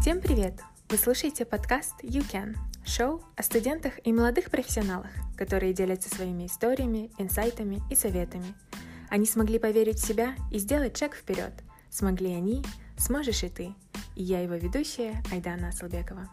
Всем привет! Вы слушаете подкаст You Can, шоу о студентах и молодых профессионалах, которые делятся своими историями, инсайтами и советами. Они смогли поверить в себя и сделать шаг вперед. Смогли они, сможешь и ты. И я его ведущая Айдана Асылбекова.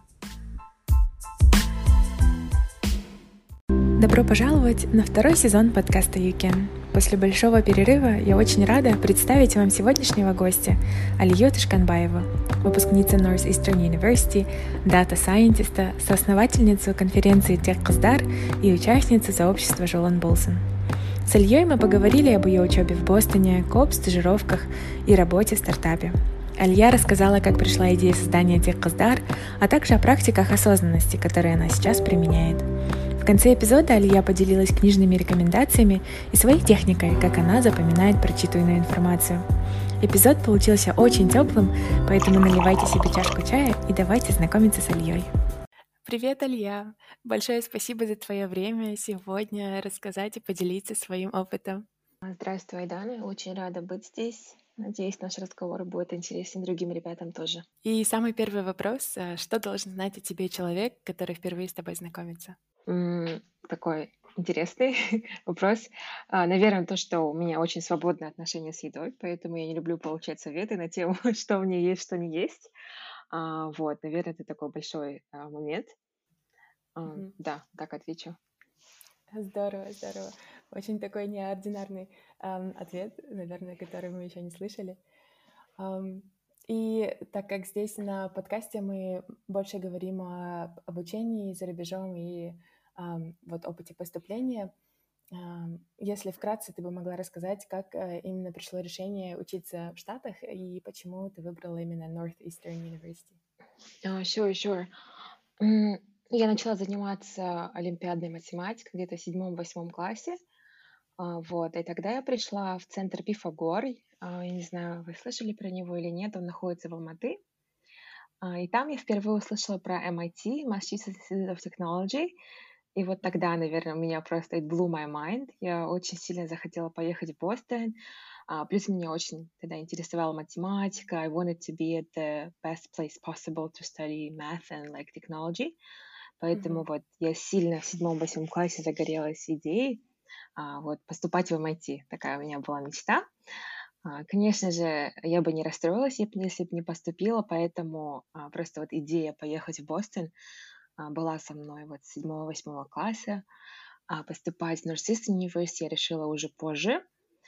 Добро пожаловать на второй сезон подкаста You Can. После большого перерыва я очень рада представить вам сегодняшнего гостя Алию Тышканбаеву, выпускницу Northeastern University, дата-сайентиста, соосновательницу конференции «Тех Кыздар» и участницу сообщества Жолан Болсон. С Альей мы поговорили об ее учебе в Бостоне, коп-стажировках и работе в стартапе. Алия рассказала, как пришла идея создания «Тех Кыздар», а также о практиках осознанности, которые она сейчас применяет. В конце эпизода Алия поделилась книжными рекомендациями и своей техникой, как она запоминает прочитанную информацию. Эпизод получился очень теплым, поэтому наливайте себе чашку чая и давайте знакомиться с Алией. Привет, Алия! Большое спасибо за твое время сегодня рассказать и поделиться своим опытом. Здравствуй, Айдана. Очень рада быть здесь. Надеюсь, наш разговор будет интересен другим ребятам тоже. И самый первый вопрос. Что должен знать о тебе человек, который впервые с тобой знакомится? Такой интересный вопрос. Наверное, то, что у меня очень свободное отношение с едой, поэтому я не люблю получать советы на тему, что у меня есть, что не есть. Вот, наверное, это такой большой момент. Да, так отвечу. Здорово, здорово. Очень такой неординарный ответ, наверное, который мы еще не слышали. И так как здесь на подкасте мы больше говорим об обучении за рубежом и вот опыте поступления, если вкратце ты бы могла рассказать, как именно пришло решение учиться в Штатах и почему ты выбрала именно Northeastern University? Sure. Я начала заниматься олимпиадной математикой где-то в 7-8 классе. Вот, и тогда я пришла в центр Пифагор. Я не знаю, вы слышали про него или нет, он находится в Алматы. И там я впервые услышала про MIT, Massachusetts Institute of Technology. И вот тогда, наверное, у меня просто it blew my mind. Я очень сильно захотела поехать в Бостон. Плюс меня очень тогда интересовала математика. I wanted to be at the best place possible to study math and like technology. Поэтому вот я сильно в 7-8 классе загорелась идеей вот поступать в MIT. Такая у меня была мечта. Конечно же, я бы не расстроилась, если бы не поступила, поэтому просто вот идея поехать в Бостон была со мной вот с 7-8 класса. Поступать в Northeastern University я решила уже позже.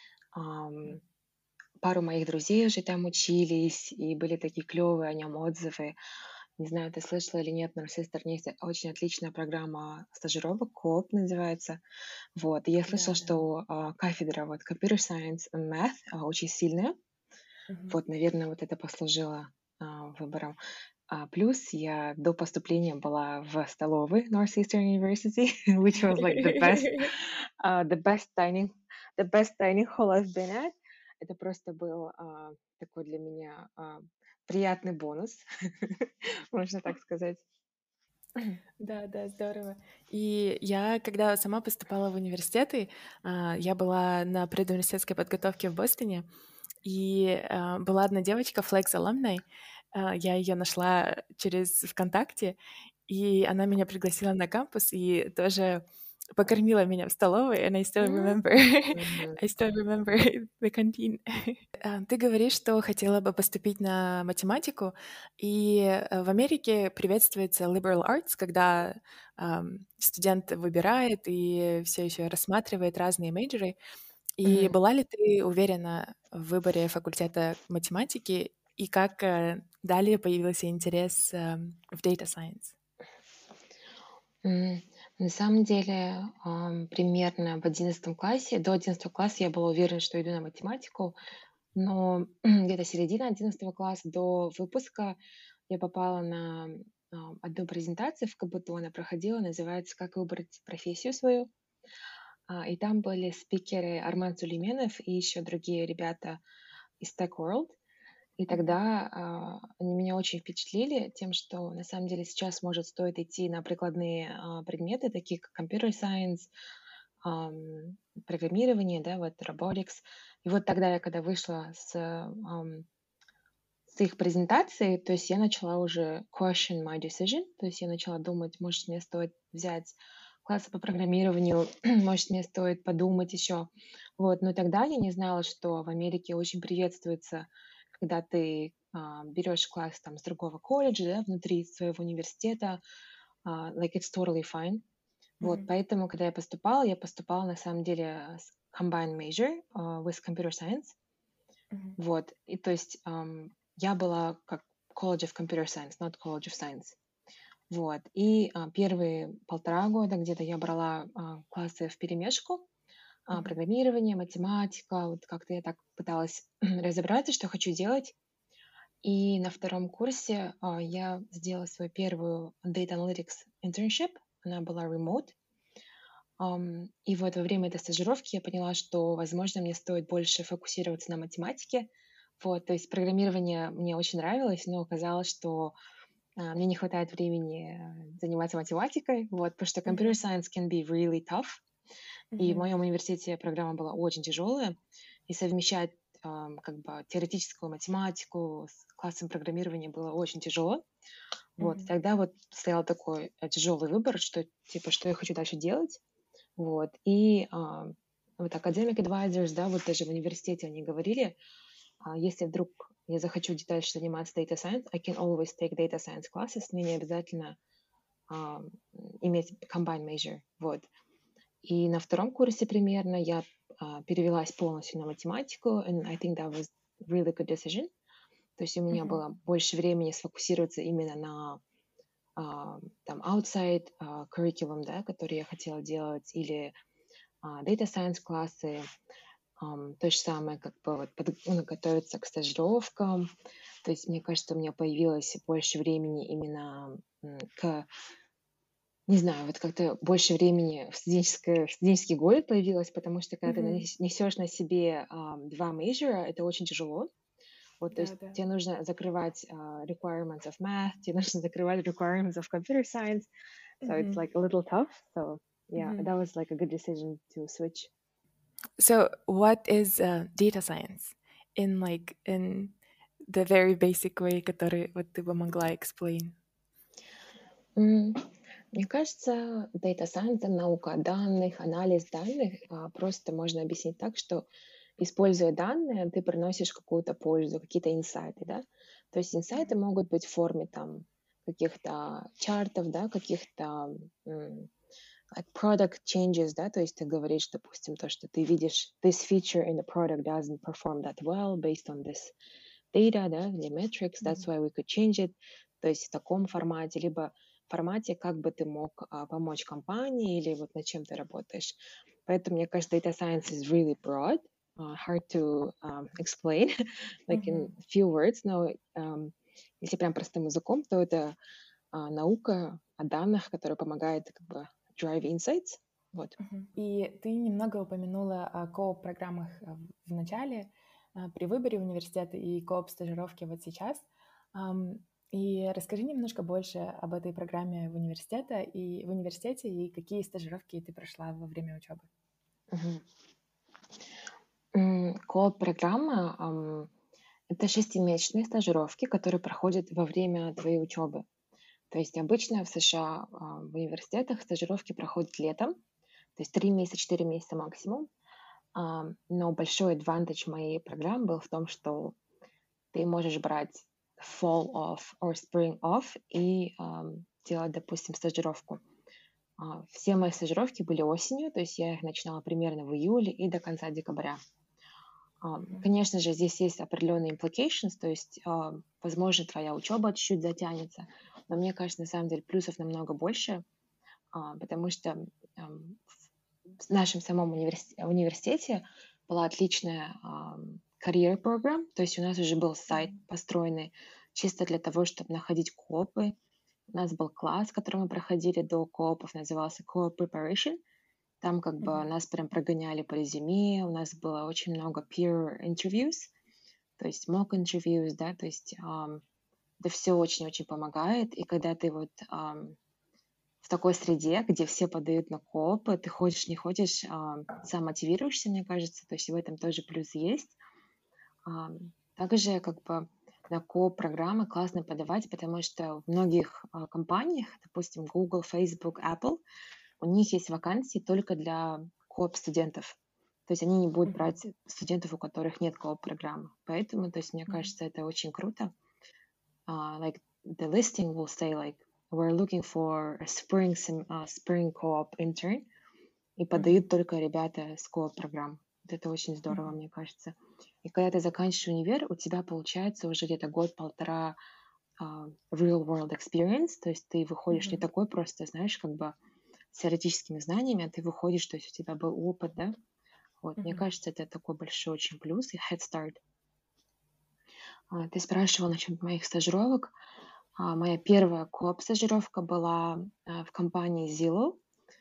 Пару моих друзей уже там учились, и были такие клевые о нем отзывы. Не знаю, ты слышала или нет, но Northeastern есть очень отличная программа стажировок, КОП называется. Вот, и я слышала, что кафедра вот Computer Science and Math очень сильная. Вот, наверное, вот это послужило выбором. Плюс я до поступления была в столовой Northeastern University, which was like the best dining hall I've been at. Это просто был такой для меня приятный бонус, можно так сказать. Да, здорово. И я, когда сама поступала в университеты, я была на предуниверситетской подготовке в Бостоне, и была одна девочка, Flex Alumni, я ее нашла через ВКонтакте, и она меня пригласила на кампус и тоже покормила меня в столовой, and I still remember the canteen. Ты говоришь, что хотела бы поступить на математику, и в Америке приветствуется liberal arts, когда студент выбирает и все еще рассматривает разные мейджоры. И была ли ты уверена в выборе факультета математики, и как далее появился интерес в data science? На самом деле, примерно в 11 классе, до 11 класса я была уверена, что иду на математику, но где-то середина 11 класса до выпуска я попала на одну презентацию в КБТУ, она проходила, называется «Как выбрать профессию свою». И там были спикеры Арман Сулейменов и еще другие ребята из Tech World. И тогда они меня очень впечатлили тем, что на самом деле сейчас может стоит идти на прикладные предметы, такие как Computer Science, программирование, да, вот Robotics. И вот тогда я, когда вышла с с их презентацией, то есть я начала уже question my decision, то есть я начала думать, может, мне стоит взять классы по программированию, может, мне стоит подумать еще. Вот, но тогда я не знала, что в Америке очень приветствуется, когда ты берешь класс там с другого колледжа, да, внутри своего университета, like it's totally fine. Вот, Мгм. поэтому, когда я поступала на самом деле с combined major with computer science. Мгм. Вот, и то есть я была как College of Computer Science, not College of Science. Вот, и первые 1,5 года где-то я брала классы вперемешку, Мгм. программирование, математика, вот как-то я так пыталась разобраться, что хочу делать. И на 2 курсе я сделала свою первую Data Analytics internship, она была remote. И вот во время этой стажировки я поняла, что, возможно, мне стоит больше фокусироваться на математике. Вот, то есть программирование мне очень нравилось, но оказалось, что мне не хватает времени заниматься математикой, вот, потому что computer Мгм. science can be really tough. И в Мгм. моем университете программа была очень тяжелая, и совмещать как бы теоретическую математику с классом программирования было очень тяжело. Вот, и Мгм. тогда вот стоял такой тяжелый выбор, что типа, что я хочу дальше делать. Вот, и вот academic advisors, да, вот даже в университете они говорили, если вдруг я захочу дальше заниматься data science, I can always take data science classes, мне не обязательно а, иметь combined major, вот. И на 2 курсе примерно я перевелась полностью на математику, and I think that was really good decision. То есть у меня Мгм. было больше времени сфокусироваться именно на там outside curriculum, да, который я хотела делать, или data science классы, то же самое, как бы вот готовиться к стажировкам. То есть, мне кажется, у меня появилось больше времени именно не знаю, вот как-то больше времени в студенческий год появилось, потому что когда ты Мгм. несешь на себе 2 мейджора, это очень тяжело. Вот, то Да, есть да. тебе нужно закрывать requirements of math, тебе нужно закрывать requirements of computer science, so it's Мгм. like a little tough. So yeah, Мгм. that was like a good decision to switch. So, what is data science in the very basic way, который вот ты бы могла explain? М, Мне кажется, data science — это наука о данных, анализ данных. Просто можно объяснить так, что, используя данные, ты приносишь какую-то пользу, какие-то инсайты, да. То есть инсайты Мгм. могут быть в форме там каких-то чартов, да, каких-то like product changes, да, то есть ты говоришь, допустим, то, что ты видишь this feature in the product doesn't perform that well based on this data, да, или metrics, that's Мгм. why we could change it. То есть в таком формате, либо в формате, как бы ты мог помочь компании или вот над чем ты работаешь. Поэтому, мне кажется, data science is really broad, hard to explain, like in Мгм. few words, но если прям простым языком, то это наука о данных, которая помогает как бы drive insights. Вот. Мгм. И ты немного упомянула о кооп-программах в начале, при выборе университета и кооп-стажировке вот сейчас. Ам, И расскажи немножко больше об этой программе в университете и какие стажировки ты прошла во время учебы. Мгм. Кооп-программа это 6-месячные стажировки, которые проходят во время твоей учебы. То есть обычно в США в университетах стажировки проходят летом, то есть 3 месяца, 4 месяца максимум. Но большой advantage моей программы был в том, что ты можешь брать fall off or spring off и делать, допустим, стажировку. Все мои стажировки были осенью, то есть я их начинала примерно в июле и до конца декабря. Мгм. Конечно же, здесь есть определенные implications, то есть, возможно, твоя учеба чуть-чуть затянется, но мне кажется, на самом деле плюсов намного больше, потому что в нашем самом университете была отличная career program, то есть у нас уже был сайт Мгм. построенный чисто для того, чтобы находить коопы. У нас был класс, который мы проходили до коопов, назывался Co-op Preparation. Там как бы Мгм. нас прям прогоняли по резюме, у нас было очень много peer interviews, то есть mock interviews, да, то есть это все очень-очень помогает. И когда ты вот в такой среде, где все подают на коопы, ты хочешь, не хочешь, сам мотивируешься, мне кажется, то есть в этом тоже плюс есть. Также как бы на кооп-программы классно подавать, потому что в многих компаниях, допустим, Google, Facebook, Apple, у них есть вакансии только для кооп-студентов. То есть они не будут Мгм. брать студентов, у которых нет кооп-программы. Поэтому, то есть, мне Мгм. кажется, это очень круто. Like the listing will say like we're looking for a spring co-op intern, и Мгм. подают только ребята с кооп-программ. Вот это очень здорово, Мгм. мне кажется. И когда ты заканчиваешь универ, у тебя получается уже где-то год-полтора real world experience, то есть ты выходишь не Мгм. такой просто, знаешь, как бы с теоретическими знаниями, а ты выходишь, то есть у тебя был опыт, да? Вот, мне Мгм. кажется, это такой большой очень плюс и head start. Ты спрашивал насчет моих стажировок. Моя первая кооп-стажировка была в компании Zillow.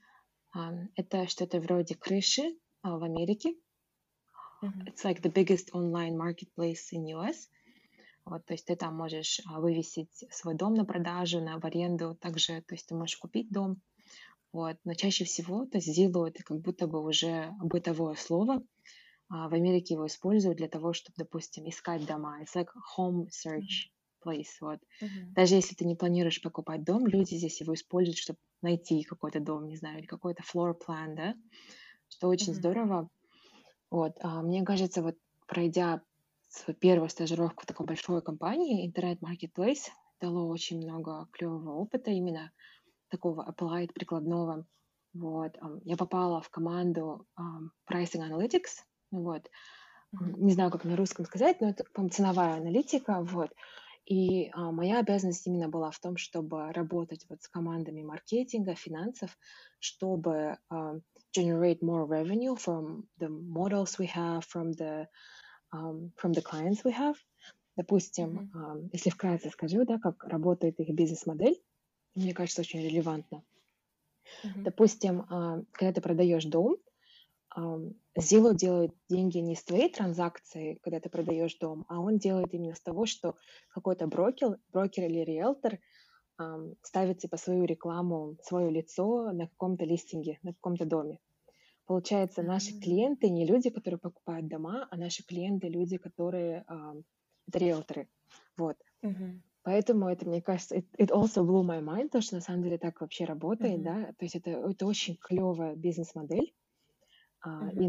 Это что-то вроде крыши в Америке. Мгм. It's like the biggest online marketplace in US. Вот, то есть ты там можешь вывесить свой дом на продажу, в аренду. Также, то есть ты можешь купить дом. Вот. Но чаще всего, то есть Zillow это как будто бы уже бытовое слово. В Америке его используют для того, чтобы, допустим, искать дома. It's like home Мгм. search place. Вот. Мгм. Даже если ты не планируешь покупать дом, люди здесь его используют, чтобы найти какой-то дом, не знаю, или какой-то floor plan, да, что очень Мгм. здорово. Вот. Мне кажется, вот пройдя свою первую стажировку в такой большой компании, интернет-маркетплейс, дало очень много клевого опыта, именно такого applied, прикладного. Вот. Я попала в команду Pricing Analytics. Вот. Мгм. Не знаю, как на русском сказать, но это, по-моему, ценовая аналитика. Вот. И моя обязанность именно была в том, чтобы работать вот с командами маркетинга, финансов, чтобы generate more revenue from the models we have, from the clients we have. Допустим, Мгм. если вкратце скажу, да, как работает их бизнес-модель, мне кажется, очень релевантно. Мгм. Допустим, когда ты продаешь дом, Zillow делает деньги не с твоей транзакции, когда ты продаешь дом, а он делает именно с того, что какой-то брокер или риэлтор ставит типа свою рекламу, свое лицо на каком-то листинге, на каком-то доме. Получается, наши клиенты не люди, которые покупают дома, а наши клиенты люди, которые это риэлторы. Вот. Мгм. Поэтому это, мне кажется, it also blew my mind, то, что на самом деле так вообще работает, Мгм. да, то есть это очень клевая бизнес-модель. И Мгм.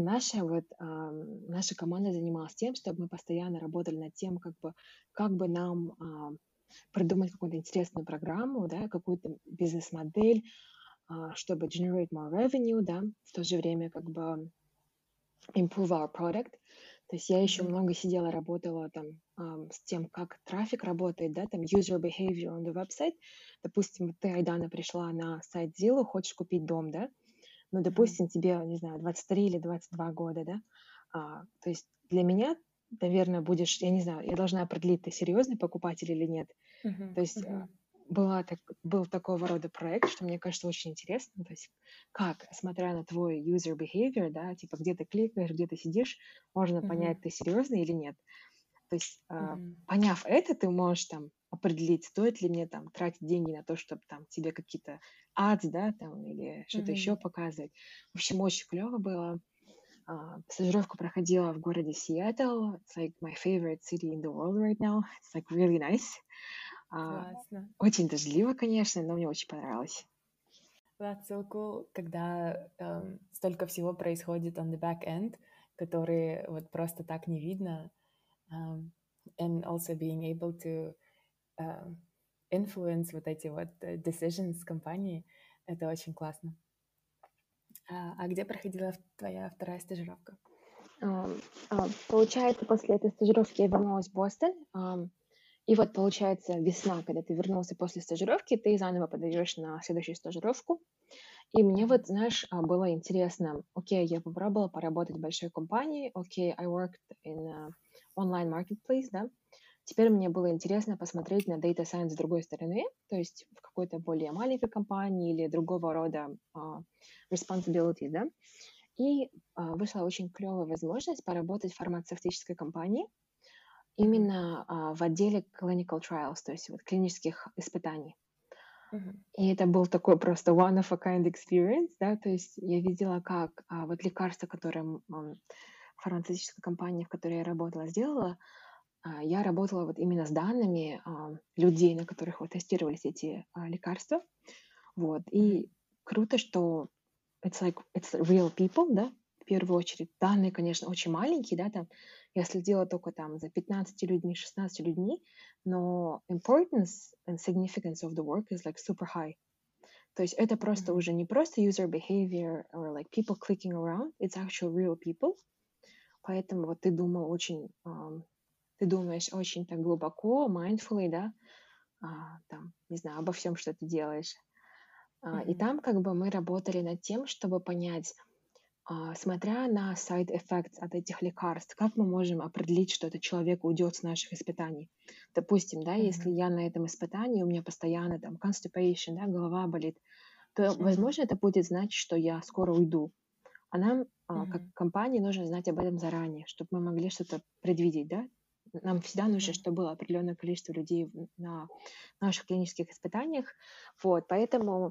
наша команда занималась тем, чтобы мы постоянно работали над тем, как бы нам придумать какую-то интересную программу, да, какую-то бизнес-модель, чтобы generate more revenue, да, в то же время как бы improve our product. То есть я еще Мгм. много сидела, работала там с тем, как трафик работает, да, там user behavior on the website. Допустим, ты, Айдана, пришла на сайт Zillow, хочешь купить дом, да, ну, Мгм. допустим, тебе, не знаю, 23 или 22 года, да, то есть для меня, наверное, будешь, я не знаю, я должна определить, ты серьезный покупатель или нет. Мгм. То есть Мгм. был такого рода проект, что мне кажется очень интересно. То есть как, смотря на твой user behavior, да, типа где ты кликаешь, где ты сидишь, можно понять, Мгм. ты серьезный или нет. То есть, Мгм. поняв это, ты можешь там определить, стоит ли мне там тратить деньги на то, чтобы там тебе какие-то ads, да, там, или что-то еще Мгм. показывать. В общем, очень клево было. Стажировка проходила в городе Сиэтл. It's like my favorite city in the world right now. It's like really nice. А, Классно. Очень дождливо, конечно, но мне очень понравилось. That's so cool, когда столько всего происходит on the back end, которые вот просто так не видно. And also being able to um, influence вот эти вот decisions компании, это очень классно. А где проходила твоя вторая стажировка? Получается, после этой стажировки я вернулась в Бостон. И вот, получается, весна, когда ты вернулся после стажировки, ты заново подаешь на следующую стажировку. И мне Мгм. вот, знаешь, было интересно. Окей, я попробовала поработать в большой компании. Окей, I worked in a online marketplace, да. Теперь мне было интересно посмотреть на data science с другой стороны, то есть в какой-то более маленькой компании или другого рода responsibilities, да. И вышла очень клевая возможность поработать в фармацевтической компании, Мгм. именно в отделе clinical trials, то есть вот клинических испытаний. Мгм. И это был такой просто one of a kind experience, да, то есть я видела, как вот лекарство, которое фармацевтическая компания, в которой я работала, сделала, я работала вот именно с данными людей, на которых вот тестировались эти лекарства. Вот. Мгм. И круто, что it's real people, да, в первую очередь. Данные, конечно, очень маленькие, да, там я следила только там за 15 людьми, 16 людьми, но importance and significance of the work is like super high. То есть это просто Мгм. уже не просто user behavior or like people clicking around, it's actual real people. Поэтому вот ты думаешь очень так глубоко, mindfully, да, там, не знаю, обо всем, что ты делаешь. И Мгм. там как бы мы работали над тем, чтобы понять, смотря на side effects от этих лекарств, как мы можем определить, что этот человек уйдет с наших испытаний? Допустим, да, если Мгм. я на этом испытании, у меня постоянно там constipation, да, голова болит, то, Мгм. возможно, это будет значить, что я скоро уйду. А нам, как Мгм. компании, нужно знать об этом заранее, чтобы мы могли что-то предвидеть, да? Нам всегда нужно, Мгм. чтобы было определенное количество людей на наших клинических испытаниях. Вот, поэтому,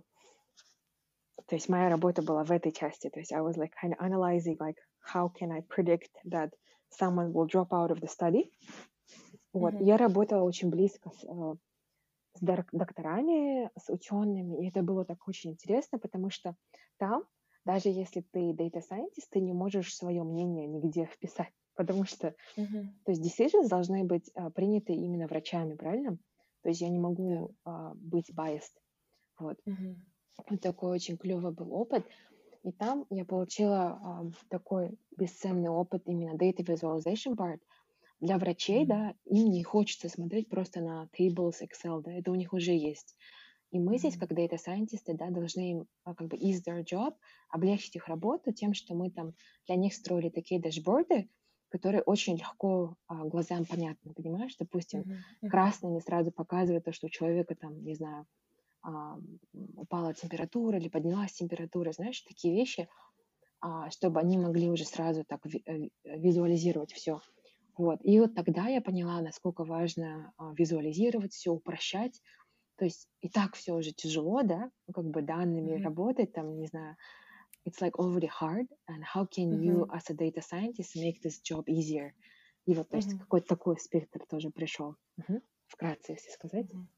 то есть моя работа была в этой части. То есть I was like kind of analyzing like how can I predict that someone will drop out of the study. Вот, Мгм. я работала очень близко с докторами, с учеными, и это было так очень интересно, потому что там, даже если ты data scientist, ты не можешь свое мнение нигде вписать, потому что, Мгм. то есть decisions должны быть приняты именно врачами, правильно? То есть я не Да. могу быть biased. Вот. Мгм. Вот такой очень клевый был опыт. И там я получила такой бесценный опыт именно data visualization part. Для врачей, Мгм. да, им не хочется смотреть просто на tables, Excel, да, это у них уже есть. И мы здесь, Мгм. как data scientists, да, должны им как бы ease their job, облегчить их работу тем, что мы там для них строили такие дашборды, которые очень легко глазам понятны, понимаешь? Допустим, Мгм. Мгм. красный не сразу показывает то, что у человека там, не знаю, а, упала температура или поднялась температура, знаешь, такие вещи, чтобы они могли уже сразу так визуализировать все. Вот. И вот тогда я поняла, насколько важно визуализировать все, упрощать. То есть и так все уже тяжело, да, ну, как бы данными Мгм. работать, там, не знаю, it's like already hard, and how can you, Мгм. as a data scientist, make this job easier? И вот, то есть Мгм. какой-то такой спектр тоже пришел. Вкратце, если сказать. Мгм.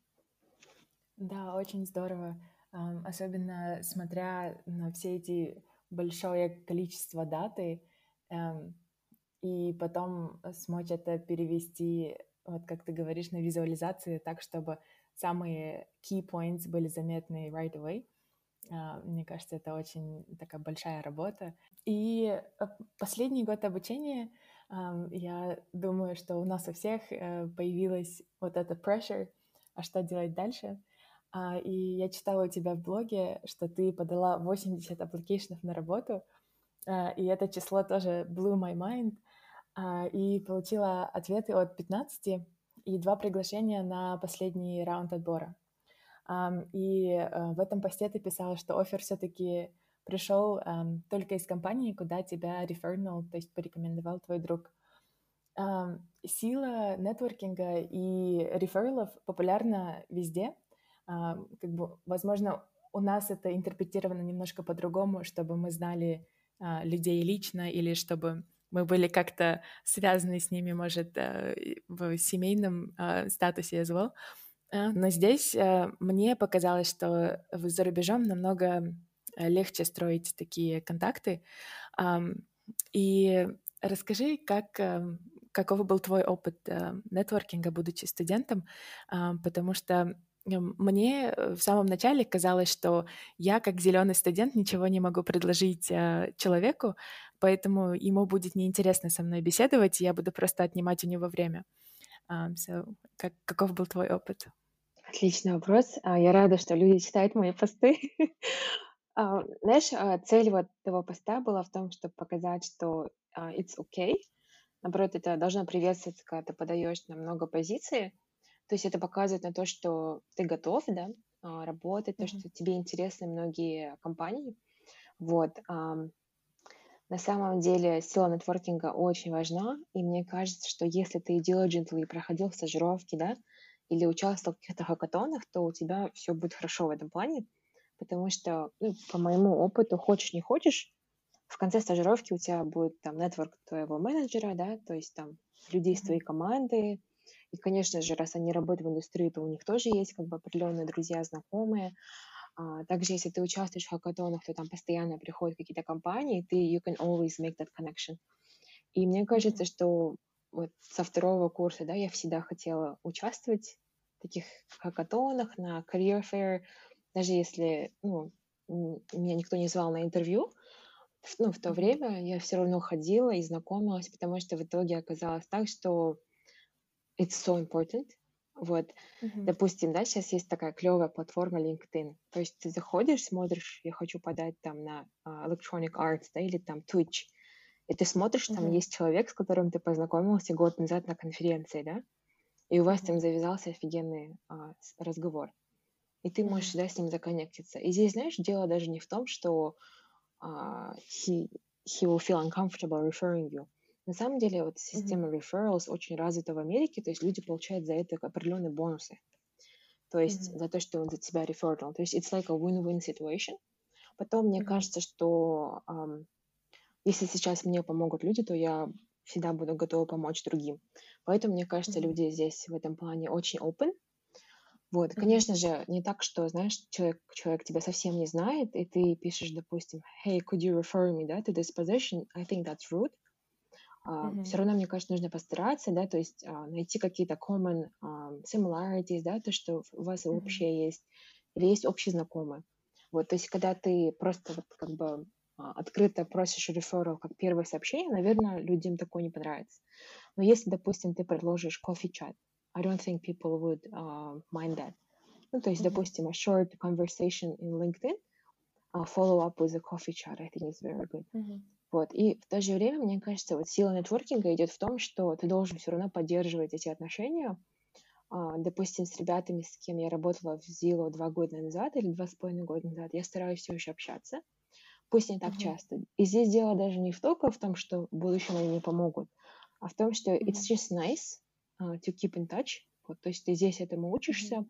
Да, очень здорово. Особенно смотря на все эти большое количество даты, эм, и потом смочь это перевести, вот как ты говоришь, на визуализации так, чтобы самые key points были заметны right away. Мне кажется, это очень такая большая работа. И последний год обучения, я думаю, что у нас у всех появилась вот эта pressure, а что делать дальше. И я читала у тебя в блоге, что ты подала 80 аппликейшенов на работу, и это число тоже blew my mind, и получила ответы от 15 и 2 приглашения на последний раунд отбора. В этом посте ты писала, что оффер все-таки пришел только из компании, куда тебя рефернул, то есть порекомендовал твой друг. Сила нетворкинга и рефералов популярна везде. Как бы, возможно, у нас это интерпретировано немножко по-другому, чтобы мы знали людей лично или чтобы мы были как-то связаны с ними, может, в семейном статусе as well. Но здесь мне показалось, что за рубежом намного легче строить такие контакты. И расскажи, каков был твой опыт нетворкинга, будучи студентом, потому что мне в самом начале казалось, что я, как зеленый студент, ничего не могу предложить человеку, поэтому ему будет неинтересно со мной беседовать, и я буду просто отнимать у него время. Каков был твой опыт? Отличный вопрос. Я рада, что люди читают мои посты. Знаешь, цель вот этого поста была в том, чтобы показать, что it's okay. Наоборот, это должно приветствоваться, когда ты подаешь на много позиций. То есть это показывает на то, что ты готов, да, работать, то, Мгм. что тебе интересны многие компании. Вот. На самом деле сила нетворкинга очень важна, и мне кажется, что если ты diligently проходил стажировки, да, или участвовал в каких-то хакатонах, то у тебя все будет хорошо в этом плане, потому что, ну, по моему опыту, хочешь не хочешь, в конце стажировки у тебя будет там нетворк твоего менеджера, да, то есть там людей из твоей команды. И, конечно же, раз они работают в индустрии, то у них тоже есть как бы определенные друзья, знакомые. Также, если ты участвуешь в хакатонах, то там постоянно приходят какие-то компании, ты you can always make that connection. И мне кажется, что вот со второго курса, да, я всегда хотела участвовать в таких хакатонах, на career fair, даже если, меня никто не звал на интервью, в то время я все равно ходила и знакомилась, потому что в итоге оказалось так, что it's so important. Вот, допустим, да, сейчас есть такая клевая платформа LinkedIn. То есть ты заходишь, смотришь, я хочу подать там на Electronic Arts, да, или там Twitch, и ты смотришь, там есть человек, с которым ты познакомился год назад на конференции, да, и у вас там завязался офигенный разговор. И ты можешь, да, с ним законнектиться. И здесь, знаешь, дело даже не в том, что he will feel uncomfortable referring you. На самом деле, вот система referrals очень развита в Америке, то есть люди получают за это определенные бонусы. То есть за то, что он за тебя реферал. То есть it's like a win-win situation. Потом мне кажется, что если сейчас мне помогут люди, то я всегда буду готова помочь другим. Поэтому, мне кажется, люди здесь в этом плане очень open. Вот, конечно же, не так, что, знаешь, человек тебя совсем не знает, и ты пишешь, допустим, hey, could you refer me, да, to this position? I think that's rude. Все равно, мне кажется, нужно постараться, да, то есть найти какие-то common similarities, да, то, что у вас общее есть, или есть общие знакомые. Вот, то есть когда ты просто вот как бы открыто просишь referral как первое сообщение, наверное, людям такое не понравится. Но если, допустим, ты предложишь coffee chat, I don't think people would mind that. Ну, то есть, допустим, a short conversation in LinkedIn, follow up with a coffee chat, I think is very good. Вот. И в то же время, мне кажется, вот сила нетворкинга идет в том, что ты должен все равно поддерживать эти отношения. Допустим, с ребятами, с кем я работала в Zillow 2 года назад или 2,5 года назад, я стараюсь все еще общаться, пусть не так часто. И здесь дело даже не только в том, что в будущем они мне помогут, а в том, что it's just nice to keep in touch. Вот, то есть ты здесь этому учишься.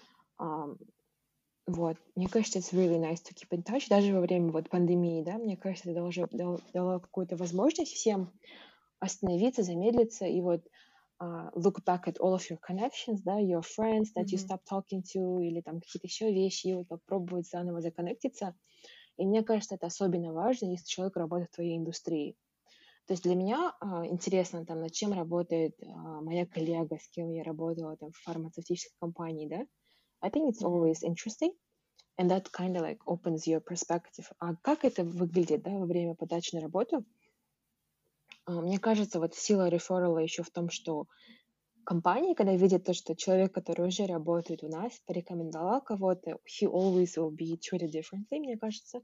Вот. Мне кажется, it's really nice to keep in touch. Даже во время вот пандемии, да, мне кажется, это дало какую-то возможность всем остановиться, замедлиться и вот look back at all of your connections, да, your friends that you stopped talking to, или там какие-то еще вещи, и вот попробовать заново законнектиться. И мне кажется, это особенно важно, если человек работает в твоей индустрии. То есть для меня интересно, там, над чем работает моя коллега, с кем я работала там, в фармацевтической компании, да. I think it's always interesting, and that kind of like opens your perspective. А как это выглядит, да, во время подачи на работу? Мне кажется, вот сила реферала еще в том, что компании, когда видят то, что человек, который уже работает у нас, порекомендовал кого-то, he always will be treated differently, мне кажется.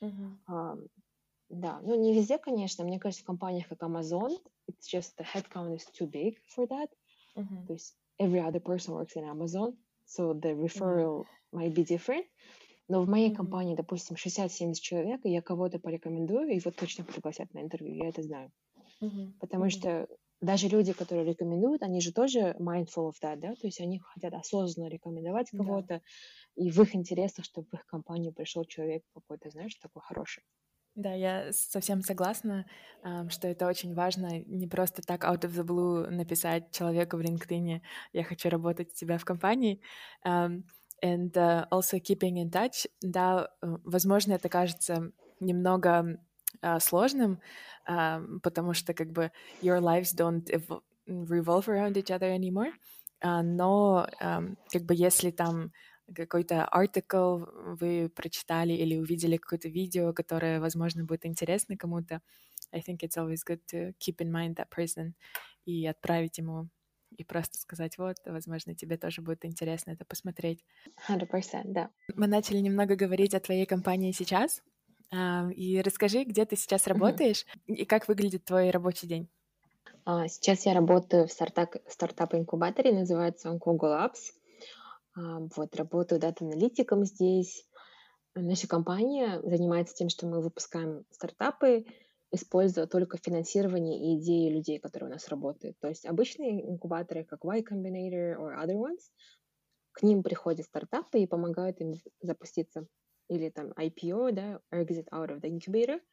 Да, ну не везде, конечно. Мне кажется, в компаниях как Amazon, it's just the headcount is too big for that. То есть every other person works in Amazon, so the referral might be different. Но в моей компании, допустим, 60-70 человек, и я кого-то порекомендую, и вот точно пригласят на интервью, я это знаю. Потому что даже люди, которые рекомендуют, они же тоже mindful of that, да, то есть они хотят осознанно рекомендовать кого-то, и в их интересах, чтобы в их компанию пришел человек какой-то, знаешь, такой хороший. Да, я совсем согласна, что это очень важно не просто так out of the blue написать человеку в LinkedIn «Я хочу работать у тебя в компании». And also keeping in touch. Да, возможно, это кажется немного сложным, потому что как бы your lives don't revolve around each other anymore. Но как бы если там какой-то article вы прочитали или увидели какое-то видео, которое, возможно, будет интересно кому-то, I think it's always good to keep in mind that person и отправить ему и просто сказать, вот, возможно, тебе тоже будет интересно это посмотреть. 100%, да. Мы начали немного говорить о твоей компании сейчас, и расскажи, где ты сейчас работаешь и как выглядит твой рабочий день. Сейчас я работаю в стартап-инкубаторе, называется он Google Labs. Вот, работаю дата-аналитиком здесь. Наша компания занимается тем, что мы выпускаем стартапы, используя только финансирование и идеи людей, которые у нас работают. То есть обычные инкубаторы, как Y Combinator or other ones, к ним приходят стартапы и помогают им запуститься. Или там IPO, да, exit out of the incubator.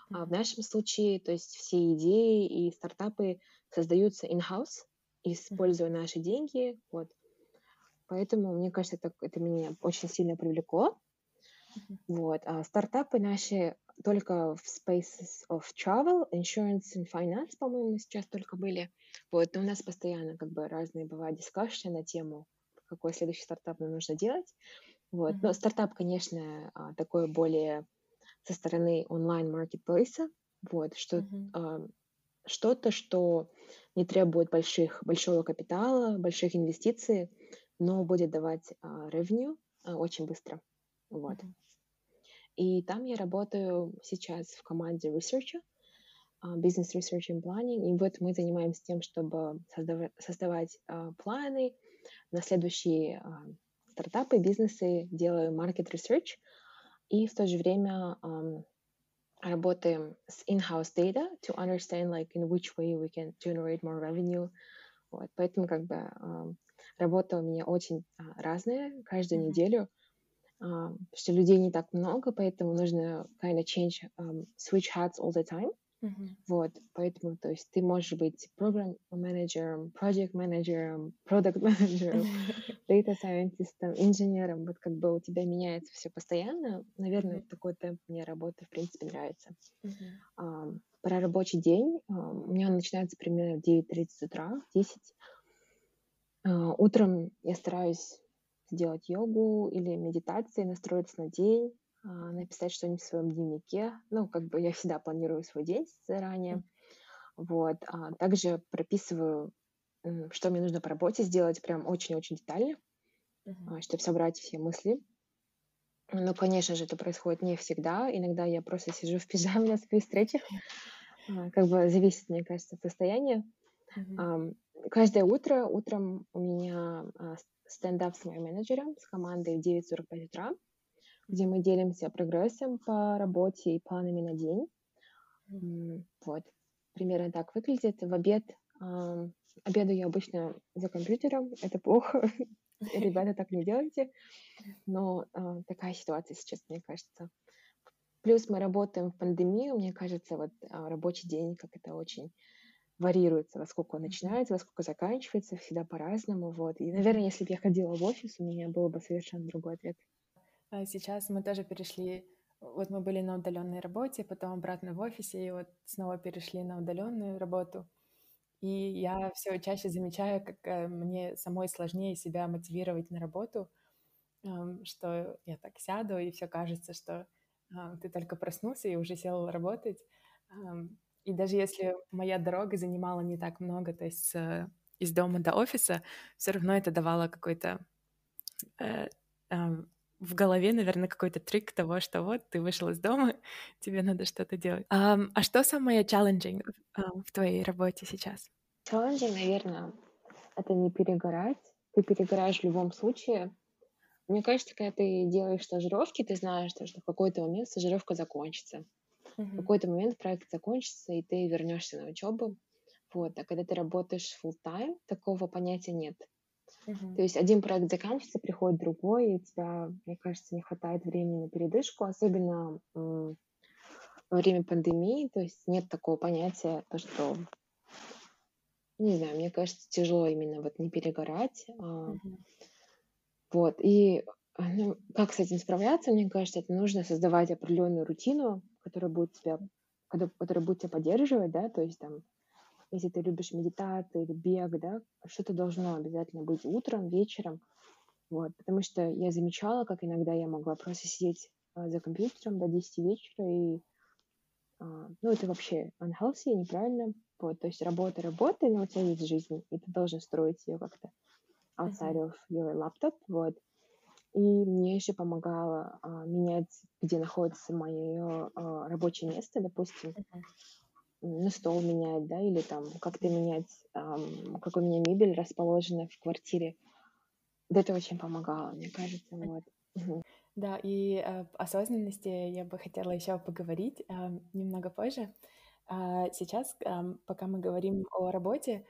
А в Мгм. нашем случае, то есть все идеи и стартапы создаются in-house, Мгм. используя наши деньги. Вот. Поэтому, мне кажется, это меня очень сильно привлекло. Мгм. Вот. А стартапы наши только в spaces of travel, insurance and finance, по-моему, сейчас только были. Вот. Но у нас постоянно как бы разные бывают discussion на тему, какой следующий стартап нам нужно делать. Вот. Но Мгм. стартап, конечно, такой более со стороны онлайн-маркетплейса. Вот. Мгм. Что-то, что не требует большого капитала, больших инвестиций, но будет давать revenue очень быстро. Вот. Мгм. И там я работаю сейчас в команде research, business research and planning. И вот мы занимаемся тем, чтобы создавать планы на следующие стартапы, бизнесы, делаю market research и в то же время работаем с in-house data to understand like in which way we can generate more revenue. Вот, поэтому как бы работа у меня очень разная каждую Мгм. неделю. Что людей не так много, поэтому нужно kind of change, switch hats all the time. Мгм. Вот, поэтому, то есть ты можешь быть программ менеджером, project менеджером, продукт менеджером, data scientistом, инженером. Вот как бы у тебя меняется все постоянно. Наверное, Мгм. такой темп мне работы в принципе нравится. Мгм. Про рабочий день. У меня он начинается примерно в 9:30 утра, 10. Утром я стараюсь сделать йогу или медитации, настроиться на день, написать что-нибудь в своем дневнике. Ну, как бы я всегда планирую свой день заранее. Вот. Также прописываю, что мне нужно по работе сделать, прям очень-очень детально, Мгм. чтобы собрать все мысли. Ну, конечно же, это происходит не всегда. Иногда я просто сижу в пижаме на своих встречах. Как бы зависит, мне кажется, от состояния. Мгм. Ам, Каждое утро утром у меня стендап с моим менеджером, с командой в 9:45 утра, где Мгм. мы делимся прогрессом по работе и планами на день. Мгм. Вот. Примерно так выглядит. В обед обедаю я обычно за компьютером. Это плохо. Ребята, так не делайте. Но такая ситуация сейчас, мне кажется. Плюс мы работаем в пандемию. Мне кажется, вот рабочий день как это очень варьируется, во сколько он Мгм. начинается, во сколько заканчивается, всегда по-разному. Вот. И, наверное, Мгм. если бы я ходила в офис, у меня был бы совершенно другой ответ. А сейчас мы тоже перешли, вот мы были на удаленной работе, потом обратно в офисе, и вот снова перешли на удаленную работу. И я все чаще замечаю, как мне самой сложнее себя мотивировать на работу, что я так сяду, и все кажется, что ты только проснулся и уже сел работать. И даже если моя дорога занимала не так много, то есть из дома до офиса, все равно это давало какой-то э, ам, в голове, наверное, какой-то трик того, что вот ты вышел из дома, тебе надо что-то делать. А что самое challenging в твоей работе сейчас? Челленджи, наверное, это не перегорать. Ты перегораешь в любом случае. Мне кажется, когда ты делаешь стажировки, ты знаешь, что в какой-то момент стажировка закончится. В Мгм. какой-то момент проект закончится, и ты вернешься на учебу. Вот. А когда ты работаешь full time, такого понятия нет. Мгм. То есть один проект заканчивается, приходит другой, и у тебя, мне кажется, не хватает времени на передышку, особенно во время пандемии. То есть нет такого понятия, то, что, не знаю, мне кажется, тяжело именно вот не перегорать. Мгм. Вот. И ну, как с этим справляться, мне кажется, это нужно создавать определенную рутину, которая будет тебя поддерживать, да, то есть там, если ты любишь медитацию или бег, да, что-то должно обязательно быть утром, вечером, вот, потому что я замечала, как иногда я могла просто сидеть за компьютером до 10 вечера, и, ну, это вообще unhealthy, неправильно, вот, то есть работа, но у тебя есть жизнь, и ты должен строить ее как-то outside Мгм. of your laptop, вот. И мне еще помогало менять, где находится мое рабочее место, допустим, Мгм. ну, стол менять, да, или там как-то Мгм. менять, как у меня мебель расположена в квартире. Вот это очень помогало, мне кажется, вот. Мгм. Да, и об осознанности я бы хотела еще поговорить немного позже. Сейчас, пока мы говорим о работе,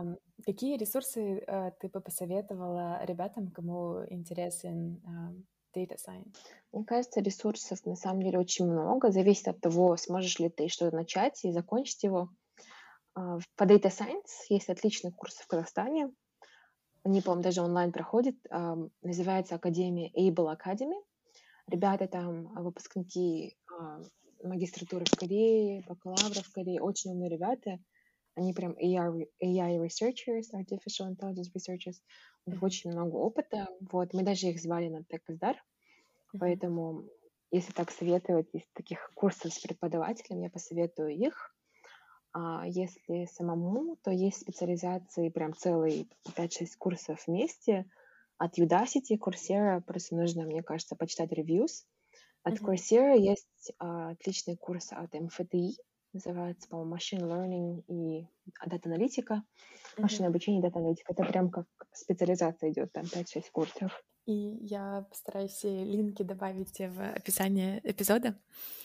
какие ресурсы ты бы посоветовала ребятам, кому интересен data science? Мне кажется, ресурсов на самом деле очень много. Зависит от того, сможешь ли ты что-то начать и закончить его. По Data Science есть отличный курс в Казахстане. Они, по-моему, даже онлайн проходят. Называется Академия Able Academy. Ребята там выпускники магистратуры в Корее, бакалавра в Корее. Очень умные ребята. Они прям AI researchers, artificial intelligence researchers. У них очень много опыта. Вот. Мы даже их звали на TechSDAR. Поэтому, если так советовать из таких курсов с преподавателем, я посоветую их. А если самому, то есть специализации, прям целый 5-6 курсов вместе от Udacity, Coursera. Просто нужно, мне кажется, почитать reviews. От Coursera есть отличный курс от МФТИ, называется, по-моему, Machine Learning и дата-аналитика. Машинное обучение и дата-аналитика. Это прям как специализация идет, там 5-6 курсов. И я постараюсь все линки добавить в описание эпизода.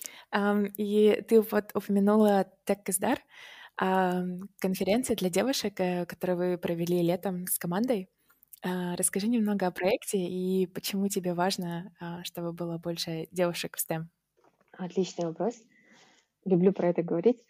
И ты вот упомянула TechSDAR, конференция для девушек, которую вы провели летом с командой. Расскажи немного о проекте и почему тебе важно, чтобы было больше девушек в STEM. Отличный вопрос. Люблю про это говорить.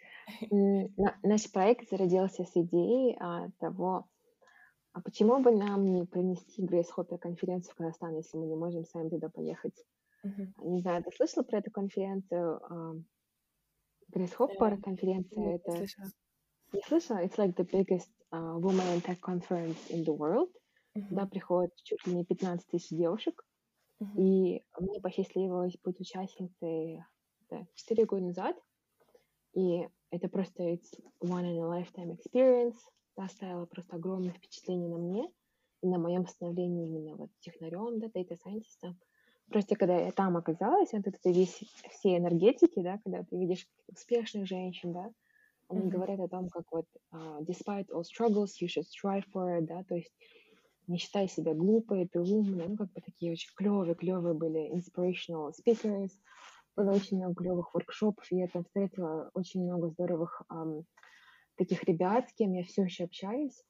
Наш проект зародился с идеей того, почему бы нам не принести Грейс Хоппер конференцию в Казахстан, если мы не можем сами туда поехать. Не знаю, ты слышала про эту конференцию? Грейс Хоппер конференция это... Слышала. Не слышала? It's like the biggest women tech conference in the world. Туда приходят чуть ли не 15 тысяч девушек. И мне посчастливилось быть участницей 4 года назад. И это просто it's one in a lifetime experience. Это оставило просто огромное впечатление на мне и на моем становлении именно вот технарем, да, data scientist. Просто когда я там оказалась, вот это все энергетики, да, когда ты видишь успешных женщин, да, они говорят о том, как вот despite all struggles, you should strive for it, да, то есть не считай себя глупой, ты умная, ну, как бы такие очень клевые были inspirational speakers, было очень много клевых воркшопов, и я там встретила очень много здоровых таких ребят, с кем я все еще общаюсь.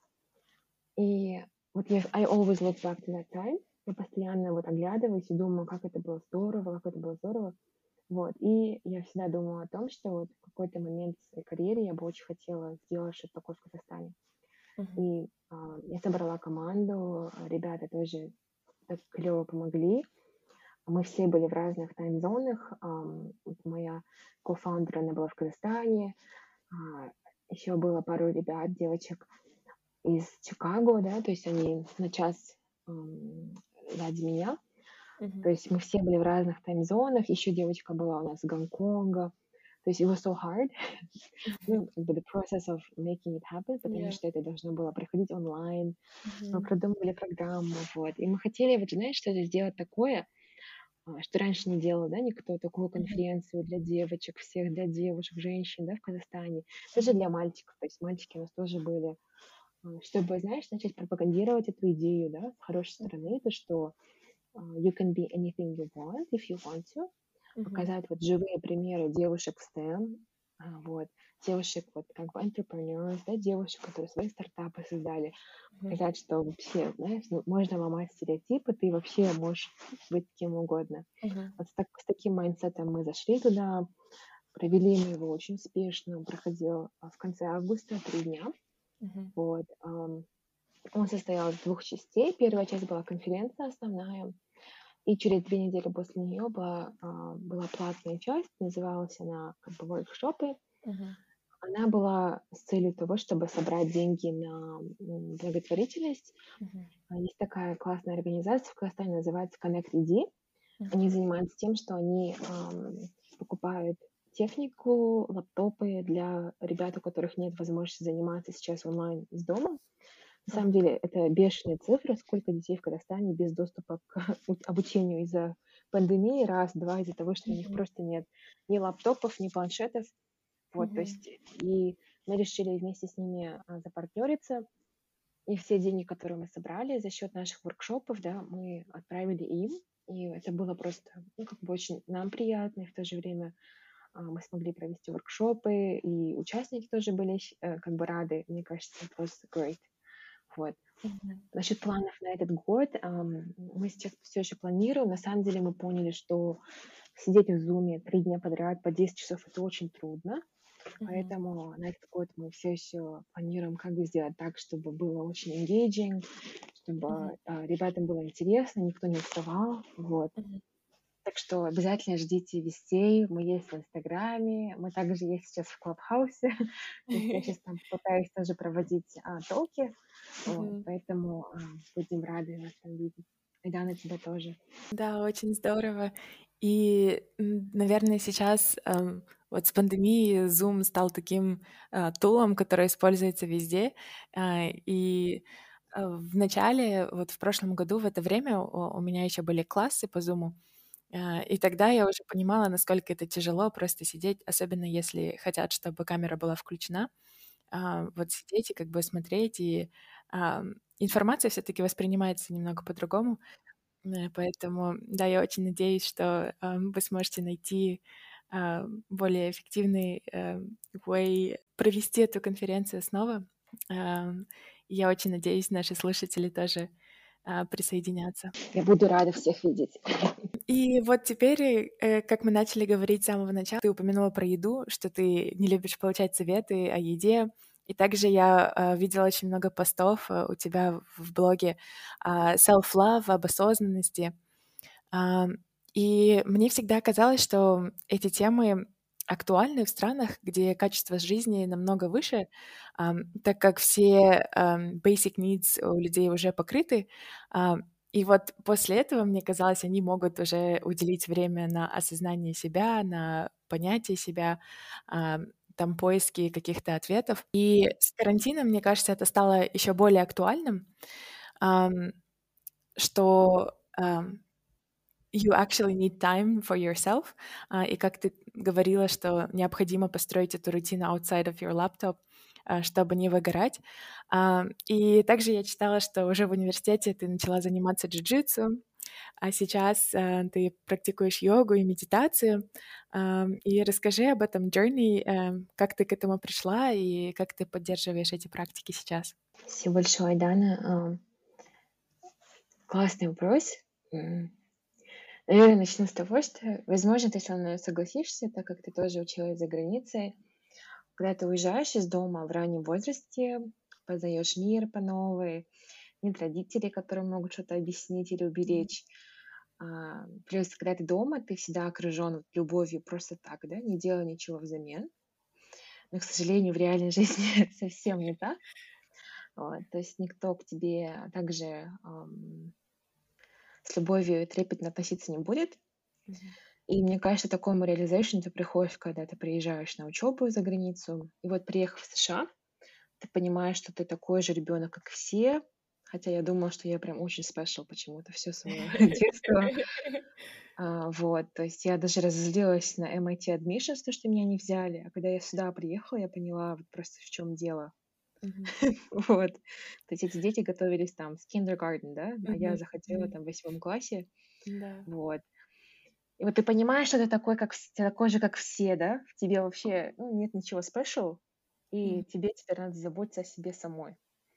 И вот I always look back to that time. Я постоянно вот оглядываюсь и думаю, как это было здорово, как это было здорово. Вот. И я всегда думала о том, что вот в какой-то момент в своей карьере я бы очень хотела сделать что-то такое в Казахстане. И я собрала команду, ребята тоже так клево помогли. Мы все были в разных таймзонах. Моя кофаундер, она была в Казахстане. Еще было пару ребят, девочек из Чикаго, да, то есть они на час сзади меня. То есть мы все были в разных таймзонах. Еще девочка была у нас из Гонконга. То есть it was so hard. Ну, как бы the process of making it happen, потому что это должно было проходить онлайн. Мы продумывали программу, вот. И мы хотели, вот, знаешь, что-то сделать такое, что раньше не делал, да, никто, такую конференцию для девочек, всех для девушек, женщин, да, в Казахстане. Даже для мальчиков, то есть мальчики у нас тоже были. Чтобы, знаешь, начать пропагандировать эту идею, да, с хорошей стороны, это что you can be anything you want, if you want to. Показать вот живые примеры девушек в STEM, вот, девушек вот как бы entrepreneurs, да, девушек, которые свои стартапы создали. Показать, что вообще, знаешь, можно ломать стереотипы, ты вообще можешь быть кем угодно. Вот с таким майндсетом мы зашли туда, провели мы его очень успешно, он проходил в конце августа 3 дня. Вот. Он состоял из 2 частей. Первая часть была конференция основная, и через 2 недели после нее была платная часть, называлась она как бы воркшопы. Она была с целью того, чтобы собрать деньги на благотворительность. Есть такая классная организация в Казахстане, называется Connect-ID. Они занимаются тем, что они покупают технику, лаптопы для ребят, у которых нет возможности заниматься сейчас онлайн из дома. На самом деле это бешеные цифры, сколько детей в Казахстане без доступа к обучению из-за пандемии, раз, два, из-за того, что у них просто нет ни лаптопов, ни планшетов. Вот, то есть, и мы решили вместе с ними запартнериться, и все деньги, которые мы собрали за счет наших воркшопов, да, мы отправили им, и это было просто, ну, как бы очень нам приятно, и в то же время мы смогли провести воркшопы, и участники тоже были как бы рады, мне кажется, it was great. Вот. Мгм. Насчет планов на этот год, мы сейчас все еще планируем. На самом деле мы поняли, что сидеть в "Зуме" 3 дня подряд по 10 часов — это очень трудно. Мгм. Поэтому на этот год мы все еще планируем, как бы сделать так, чтобы было очень engaging, Мгм. чтобы, ребятам было интересно, никто не уставал. Вот. Мгм. Так что обязательно ждите вестей. Мы есть в "Инстаграме", мы также есть сейчас в "Клабхаусе". То есть я сейчас там пытаюсь тоже проводить, толки. Вот, Мгм. поэтому, будем рады вас там видеть. И Дана, тебя тоже. Да, очень здорово. И, наверное, сейчас, вот с пандемией Zoom стал таким, тулом, который используется везде. И, в начале, вот в прошлом году в это время у меня еще были классы по Zoom, и тогда я уже понимала, насколько это тяжело просто сидеть, особенно если хотят, чтобы камера была включена. Вот сидеть и как бы смотреть, и, информация все таки воспринимается немного по-другому. Поэтому, да, я очень надеюсь, что, вы сможете найти, более эффективный, way провести эту конференцию снова. Я очень надеюсь, наши слушатели тоже, присоединятся. Я буду рада всех видеть. И вот теперь, как мы начали говорить с самого начала, ты упомянула про еду, что ты не любишь получать советы о еде. И также я, видела очень много постов, у тебя в блоге, self-love, об осознанности. Ам, и мне всегда казалось, что эти темы актуальны в странах, где качество жизни намного выше, так как все, basic needs у людей уже покрыты. И вот после этого, мне казалось, они могут уже уделить время на осознание себя, на понятие себя, там поиски каких-то ответов. И с карантином, мне кажется, это стало еще более актуальным, ам, что, you actually need time for yourself. И как ты говорила, что необходимо построить эту рутину outside of your laptop, чтобы не выгорать. И также я читала, что уже в университете ты начала заниматься джиу-джитсу, а сейчас, ты практикуешь йогу и медитацию. И расскажи об этом journey, как ты к этому пришла и как ты поддерживаешь эти практики сейчас. Спасибо большое, Дана. Классный вопрос. Наверное, начну с того, что, возможно, ты со мной согласишься, так как ты тоже училась за границей. Когда ты уезжаешь из дома в раннем возрасте, познаешь мир по новой, нет родителей, которые могут что-то объяснить или Мгм. уберечь. Плюс, когда ты дома, ты всегда окружен вот любовью просто так, да, не делая ничего взамен. Но, к сожалению, в реальной жизни совсем не так. Вот, то есть никто к тебе также с любовью и трепетно относиться не будет. Мгм. И мне кажется, такому realization ты приходишь, когда ты приезжаешь на учебу за границу. И вот приехав в США, ты понимаешь, что ты такой же ребенок, как все. Хотя я думала, что я прям очень special почему-то все свое детство. Вот, то есть я даже разозлилась на MIT Admissions, то, что меня не взяли. А когда я сюда приехала, я поняла вот просто в чем дело. Мгм. Вот. То есть эти дети готовились там с kindergarten, да, а я Мгм. захотела Мгм. там в 8 классе. Да. Вот. И вот ты понимаешь, что ты такой, ты такой же, как все, да? В тебе вообще, ну, нет ничего special, Мгм. и тебе теперь надо заботиться о себе самой.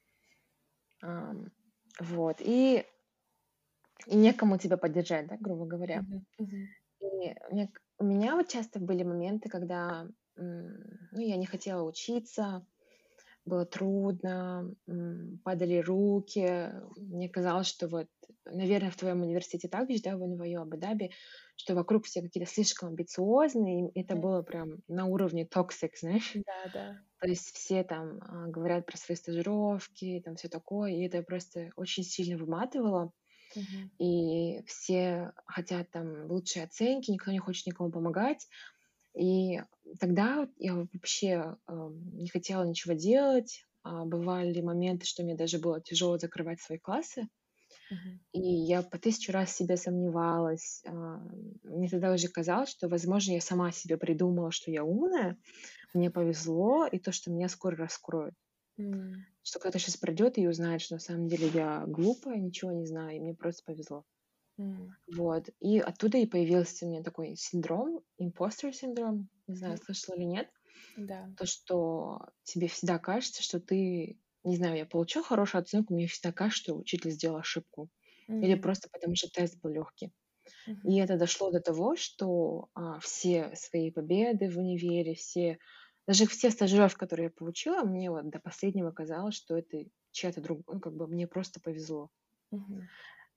Вот. И некому тебя поддержать, да, грубо говоря. Мгм. Мгм. И у меня вот часто были моменты, когда, ну, я не хотела учиться, было трудно, падали руки. Мне казалось, что вот, наверное, в твоем университете так же, да, в НВЮ Абу-Даби, что вокруг все какие-то слишком амбициозные, и это М. было прям на уровне toxic, знаешь. Да, да. То есть все там говорят про свои стажировки, там все такое, и это просто очень сильно выматывало. Мгм. И все хотят там лучшие оценки, никто не хочет никому помогать. И тогда вот я вообще, не хотела ничего делать. Бывали моменты, что мне даже было тяжело закрывать свои классы. Мгм. И я по 1000 раз в себе сомневалась. Мне тогда уже казалось, что, возможно, я сама себе придумала, что я умная, мне повезло, и то, что меня скоро раскроют. М. Что кто-то сейчас пройдет и узнает, что на самом деле я глупая, ничего не знаю, и мне просто повезло. М. Вот. И оттуда и появился у меня такой синдром, импостер синдром. Не знаю, Мгм. слышала или нет. Да. То, что тебе всегда кажется, что ты не знаю, я получила хорошую оценку, мне всегда кажется, что учитель сделал ошибку. Или просто потому, что тест был легкий. И Мгм. это дошло до того, что все свои победы в универе, даже все стажировки, которые я получила, мне вот до последнего казалось, что это чья-то ну, как бы мне просто повезло. Мгм.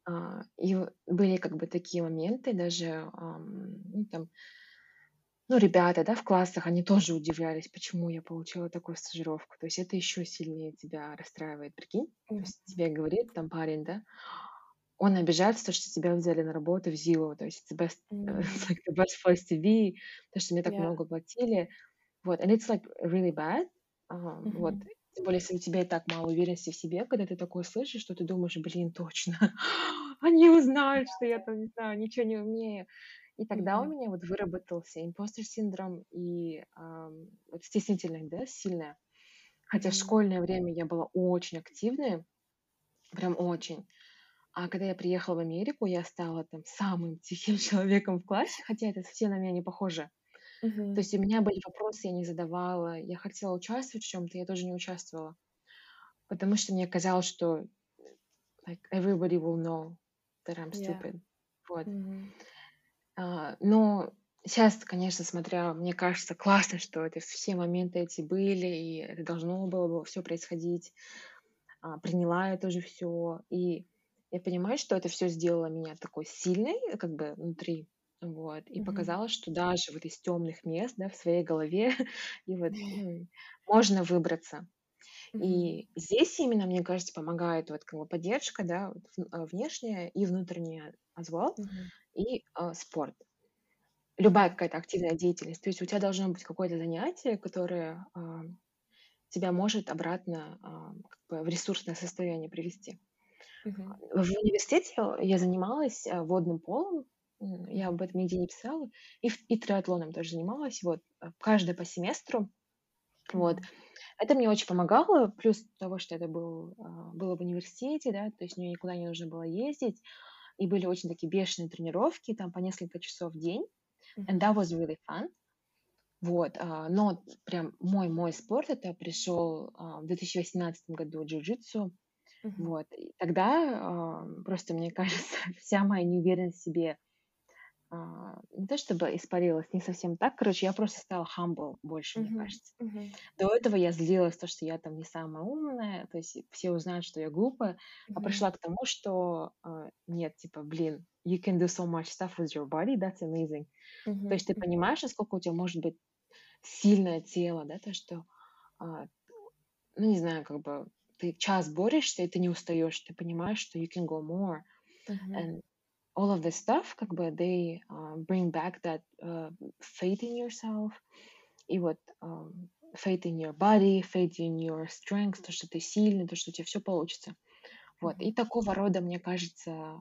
Были как бы такие моменты, даже ну, там, ну, ребята, да, в классах, они тоже удивлялись, почему я получила такую стажировку. То есть это еще сильнее тебя расстраивает, прикинь. То есть Мгм. тебе говорит там парень, да, он обижается, то, что тебя взяли на работу в Zillow, то есть it's it's М. like the best place to be, то, что мне так Yeah. много платили. Вот, and it's like really bad. Вот, Мгм. тем более, если у тебя и так мало уверенности в себе, когда ты такое слышишь, что ты думаешь, блин, точно, они узнают, что я там, не знаю, ничего не умею. И тогда у Мгм. меня вот выработался импостер синдром и вот стеснительность, да, сильная. Хотя в Мгм. школьное время я была очень активной, прям очень. А когда я приехала в Америку, я стала там самым тихим человеком в классе, хотя это совсем на меня не похоже. То Мгм. есть у меня были вопросы, я не задавала, я хотела участвовать в чем-то, я тоже не участвовала, потому что мне казалось, что like everybody will know that I'm Yeah. stupid. Вот. Мгм. Но сейчас, конечно, смотря, мне кажется, классно, что это все моменты эти были, и это должно было бы все происходить. Приняла я тоже все. И я понимаю, что это все сделало меня такой сильной, как бы внутри. Вот. И Мгм. показала, что даже вот из темных мест, да, в своей голове, и вот можно выбраться. Мгм. И здесь именно, мне кажется, помогает вот как бы поддержка, да, вот внешняя и внутренняя as well, Мгм. и спорт. Любая Мгм. какая-то активная деятельность. То есть у тебя должно быть какое-то занятие, которое тебя может обратно как бы в ресурсное состояние привести. Мгм. В университете я занималась водным полом, я Мгм. об этом нигде не писала, и триатлоном тоже занималась, вот, каждый по семестру, вот. Мгм. Это мне очень помогало, плюс того, что это было в университете, да, то есть мне никуда не нужно было ездить, и были очень такие бешеные тренировки, там по несколько часов в день, and Мгм. that was really fun. Вот, но прям мой спорт это пришел в 2018 году джиу-джитсу. Мгм. Вот, и тогда, просто, мне кажется, вся моя неуверенность в себе, не то чтобы испарилась, не совсем так. Короче, я просто стала humble больше, мне Мгм. кажется. Мгм. До этого я злилась, то, что я там не самая умная, то есть все узнают, что я глупая, а Мгм. пришла к тому, что, нет, типа, блин, you can do so much stuff with your body, that's amazing. То Мгм. есть ты понимаешь, насколько у тебя может быть сильное тело, да, то, что, а, ну, не знаю, как бы ты час борешься, и ты не устаешь, ты понимаешь, что you can go more. Мгм. And all of this stuff, как бы, they bring back that faith in yourself, и вот faith in your body, faith in your strength, то, что ты сильный, то, что у тебя все получится. Вот. И Мгм. такого рода, мне кажется,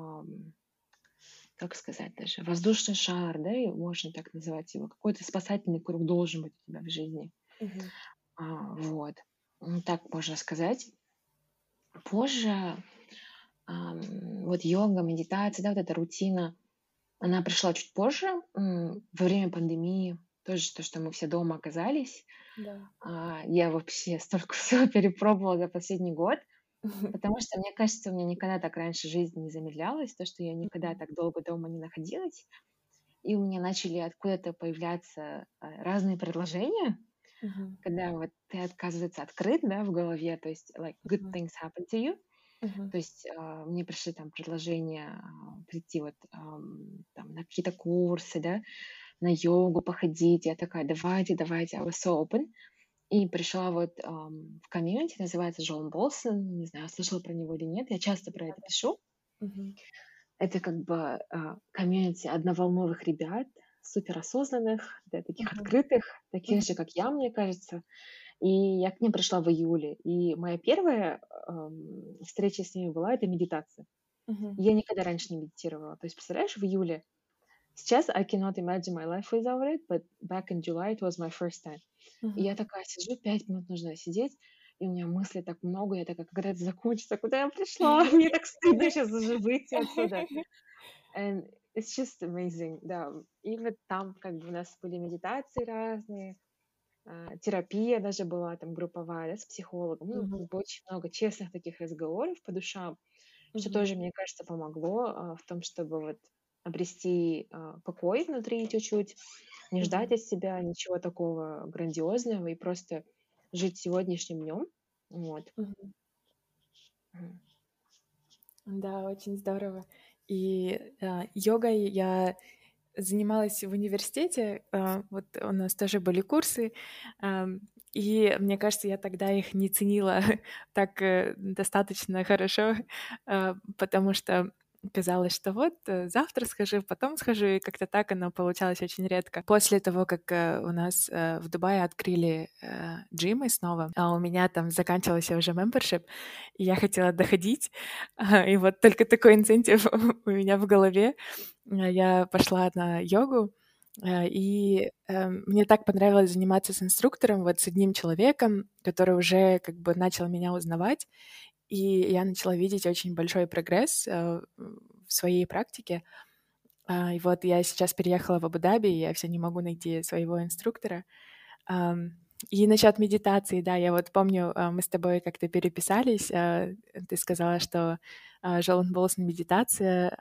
как сказать даже, воздушный шар, да, и можно так называть его, какой-то спасательный круг должен быть у тебя в жизни. Мгм. Вот. Так можно сказать. Позже вот йога, медитация, да, вот эта рутина, она пришла чуть позже, во время пандемии. Тоже то, что мы все дома оказались. Да. Я вообще столько всего перепробовала за последний год, потому что, мне кажется, у меня никогда так раньше жизнь не замедлялась, то, что я никогда Мгм. так долго дома не находилась. И у меня начали откуда-то появляться разные предложения, Мгм. когда вот ты, оказывается, открыт, да, в голове, то есть like good Мгм. things happen to you. Мгм. То есть, мне пришли там предложения, прийти вот, там на какие-то курсы, да, на йогу походить. Я такая: "Давайте, давайте". I was so open. И пришла вот, в комьюнити, называется Джон Болсон. Не знаю, слышала про него или нет. Я часто про это пишу. Мгм. Это как бы, комьюнити одноволновых ребят, суперосознанных, да, таких Мгм. открытых, таких Мгм. же, как я, мне кажется. И я к ним пришла в июле. И моя первая, встреча с ними была — это медитация. Мгм. Я никогда раньше не медитировала. То есть, представляешь, в июле сейчас I cannot imagine my life without it, but back in July it was my first time. И я Мгм. такая сижу, 5 минут нужно сидеть, и у меня мыслей так много. Я такая: "Когда это закончится? Куда я пришла? Мне так стыдно сейчас уже выйти отсюда". And it's just amazing, да. И вот там как бы у нас были медитации разные. терапия даже была там групповая, да, с психологом. Ну, Мгм. как бы очень много честных таких разговоров по душам, что Мгм. тоже, мне кажется, помогло в том, чтобы вот обрести покой внутри чуть-чуть, не ждать Мгм. от себя ничего такого грандиозного и просто жить сегодняшним днем. Вот. Мгм. Мгм. Да, очень здорово. И йогой я занималась в университете. Вот у нас тоже были курсы, ам, и мне кажется, я тогда их не ценила так достаточно хорошо, потому что казалось, что вот завтра схожу, потом схожу, и как-то так оно получалось очень редко. После того, как у нас в Дубае открыли джимы снова, а у меня там заканчивался уже membership, и я хотела доходить, и вот только такой инцентив у меня в голове. Я пошла на йогу, и мне так понравилось заниматься с инструктором, вот с одним человеком, который уже как бы начал меня узнавать, и я начала видеть очень большой прогресс в своей практике. И вот я сейчас переехала в Абу-Даби, и я все не могу найти своего инструктора. Ам, и насчет медитации, да, я вот помню, мы с тобой как-то переписались, ты сказала, что Жолан Болс медитация,